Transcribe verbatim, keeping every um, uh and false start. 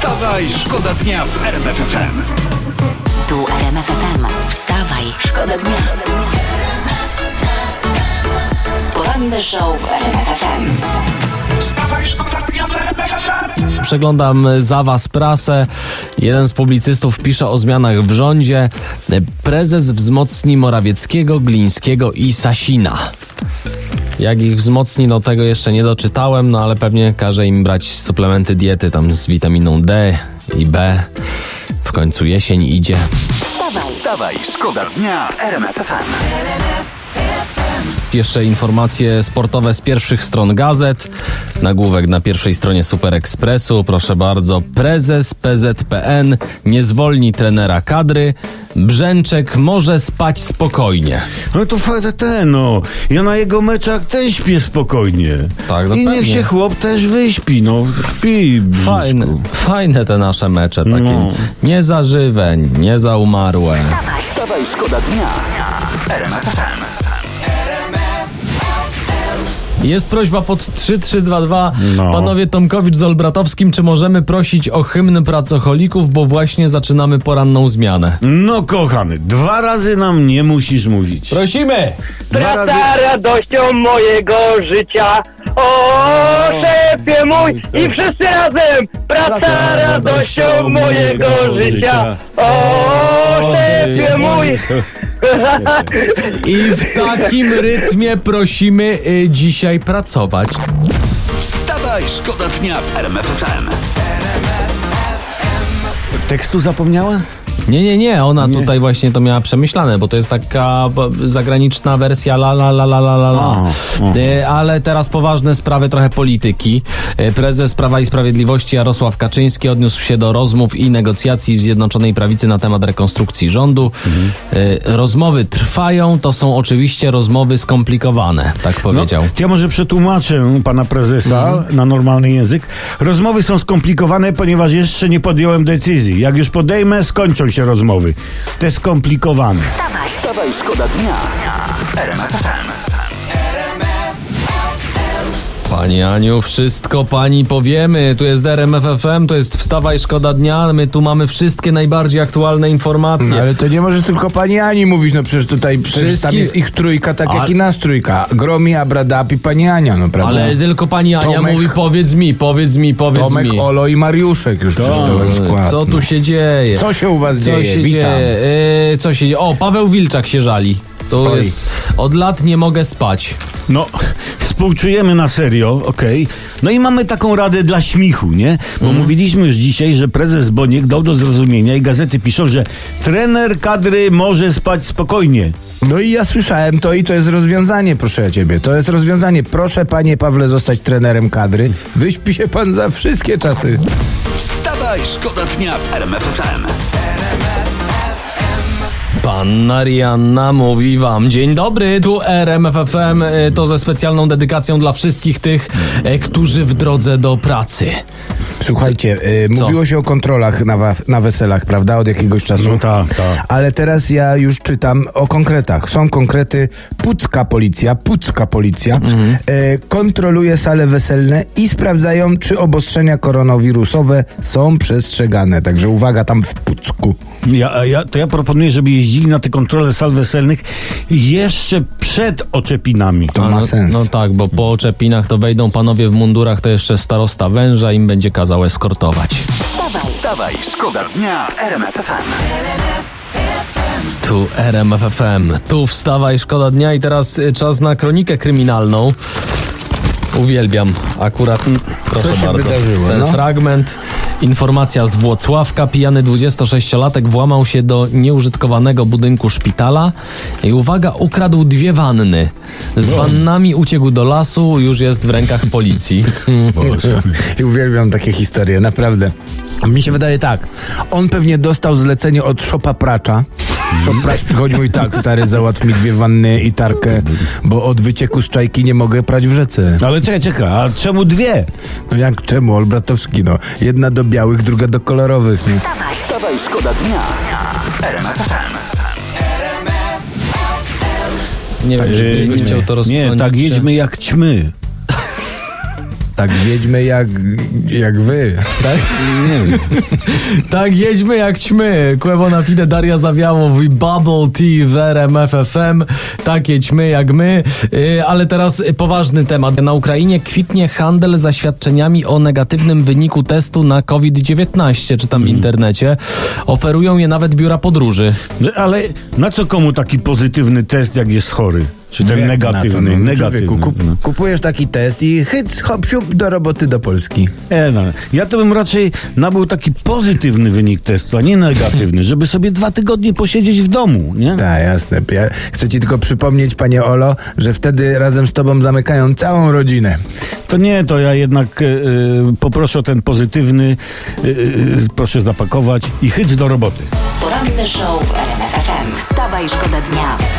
Wstawaj, szkoda dnia w R M F F M. Tu R M F F M. Wstawaj, szkoda dnia. Poranny show w R M F F M. Wstawaj, szkoda dnia w R M F F M. Przeglądam za was prasę. Jeden z publicystów pisze o zmianach w rządzie. Prezes wzmocni Morawieckiego, Glińskiego i Sasina. Jak ich wzmocni, no tego jeszcze nie doczytałem, no ale pewnie każe im brać suplementy diety tam z witaminą D i B. W końcu jesień idzie. Wstawaj, szkoda dnia w R M F F M. Jeszcze informacje sportowe z pierwszych stron gazet. Nagłówek na pierwszej stronie Super Expressu. Proszę bardzo. Prezes P Z P N nie zwolni trenera kadry. Brzęczek może spać spokojnie. No to fajne ten, no. Ja na jego meczach też śpię spokojnie. Tak, no I niech pewnie. się chłop też wyśpi, no. Śpi. Fajne, fajne te nasze mecze takie. No. Nie za żywe, nie za umarłe. Wstawaj, szkoda dnia w R M F F M. Jest prośba pod trzy trzy dwa dwa. No. Panowie Tomkowicz z Olbratowskim, czy możemy prosić o hymn pracocholików, bo właśnie zaczynamy poranną zmianę. No kochany, dwa razy nam nie musisz mówić. Prosimy! Dwa Praca razy... radością mojego życia. O, szefie mój i wszyscy razem. Praca radością mojego życia. O, szefie mój. I w takim rytmie prosimy y, dzisiaj pracować. Wstawaj, szkoda dnia w R M F F M. Tekstu zapomniała? Nie, nie, nie, ona tutaj właśnie to miała przemyślane, bo to jest taka bo, zagraniczna wersja la la la la la la la. O, o. E, ale teraz poważne sprawy, trochę polityki. E, prezes Prawa i Sprawiedliwości Jarosław Kaczyński odniósł się do rozmów i negocjacji w Zjednoczonej Prawicy na temat rekonstrukcji rządu. Mhm. E, rozmowy trwają, to są oczywiście rozmowy skomplikowane, tak powiedział. No, ja może przetłumaczę pana prezesa Mhm. na normalny język. Rozmowy są skomplikowane, ponieważ jeszcze nie podjąłem decyzji. Jak już podejmę, skończą się rozmowy. To jest skomplikowane. Wstawaj, szkoda dnia w R M F F M. Pani Aniu, wszystko pani powiemy. Tu jest R M F F M, to jest Wstawaj, szkoda dnia. My tu mamy wszystkie najbardziej aktualne informacje. No, ale to nie może tylko pani Ani mówić, no przecież tutaj przecież tam Wszystkie- jest ich trójka, tak jak Ale- i nas trójka. Gromi, Abradab i pani Ania, no prawda? Ale tylko pani Ania Tomek- mówi, powiedz mi, powiedz mi, powiedz Tomek, mi. Olo i Mariuszek już przeczytałem skład. Co tu no. się dzieje? Co się u was Co dzieje? się Witam. dzieje? Yy, co się dzieje? O, Paweł Wilczak się żali. To Oj. jest, od lat nie mogę spać. No, współczujemy na serio, okej. No i mamy taką radę dla śmichu, nie? Bo Mhm. mówiliśmy już dzisiaj, że prezes Boniek dał do zrozumienia i gazety piszą, że trener kadry może spać spokojnie. No i ja słyszałem to i to jest rozwiązanie, proszę ciebie. To jest rozwiązanie. Proszę, panie Pawle, zostać trenerem kadry. Wyśpi się pan za wszystkie czasy. Wstawaj, szkoda dnia w R M F F M. Panna Rihanna mówi wam dzień dobry, tu R M F F M, y, to ze specjalną dedykacją dla wszystkich tych, y, którzy w drodze do pracy. Słuchajcie, y, Co? mówiło się o kontrolach na, wa- na weselach, prawda, od jakiegoś czasu. No tak, tak. Ale teraz ja już czytam o konkretach. Są konkrety. Pucka policja, pucka policja Mhm. y, kontroluje sale weselne i sprawdzają, czy obostrzenia koronawirusowe są przestrzegane. Także uwaga tam w Pucku. Ja, ja, to ja proponuję, żeby jeździli na te kontrole sal weselnych jeszcze przed oczepinami. To A ma no, sens. no tak, bo po oczepinach to wejdą panowie w mundurach, to jeszcze starosta węża im będzie kazał eskortować. Wstawaj, szkoda dnia w R M F F M. Tu R M F F M, tu wstawaj, szkoda dnia i teraz y, czas na kronikę kryminalną. Uwielbiam akurat, proszę się bardzo, wydarzyło, ten no? fragment. Informacja z Włocławka. Pijany dwudziestosześciolatek włamał się do nieużytkowanego budynku szpitala i uwaga, ukradł dwie wanny. Z wannami uciekł do lasu, już jest w rękach policji. I uwielbiam takie historie, naprawdę. Mi się wydaje tak, on pewnie dostał zlecenie od szopa pracza. Szop pracz przychodził i tak, stary, załatw mi dwie wanny i tarkę, bo od wycieku z czajki nie mogę prać w rzece. Ale czekaj, czekaj, a czemu dwie? No jak czemu? Olbratowski, no. Jedna do białych, druga do kolorowych, nie? Wstawaj, szkoda dnia w R M F F M. Nie wiem, czy ktoś by chciał to rozsądzić. Nie, tak jedźmy jak ćmy. Tak jedźmy jak, jak wy. Tak? Tak, jedźmy jak ćmy. Kłębo na fide, Daria Zawiałow i Bubble Tea w R M F F M. Tak, jedźmy jak my. Yy, ale teraz poważny temat. Na Ukrainie kwitnie handel zaświadczeniami o negatywnym wyniku testu na COVID dziewiętnaście, czytam w internecie. Oferują je nawet biura podróży. No, ale na co komu taki pozytywny test, jak jest chory? Czy ten No jak negatywny? na co, no, negatywny. człowieku, kup, no. kupujesz taki test i hyc, hop, siup, do roboty do Polski. E, no. Ja to bym raczej nabył taki pozytywny wynik testu, a nie negatywny, żeby sobie dwa tygodnie posiedzieć w domu, nie? Tak, jasne. Ja chcę ci tylko przypomnieć, panie Olo, że wtedy razem z tobą zamykają całą rodzinę. To nie, to ja jednak e, e, poproszę o ten pozytywny, e, e, proszę zapakować i chyć do roboty. Poranny show w R M F F M. Wstawaj, szkoda dnia.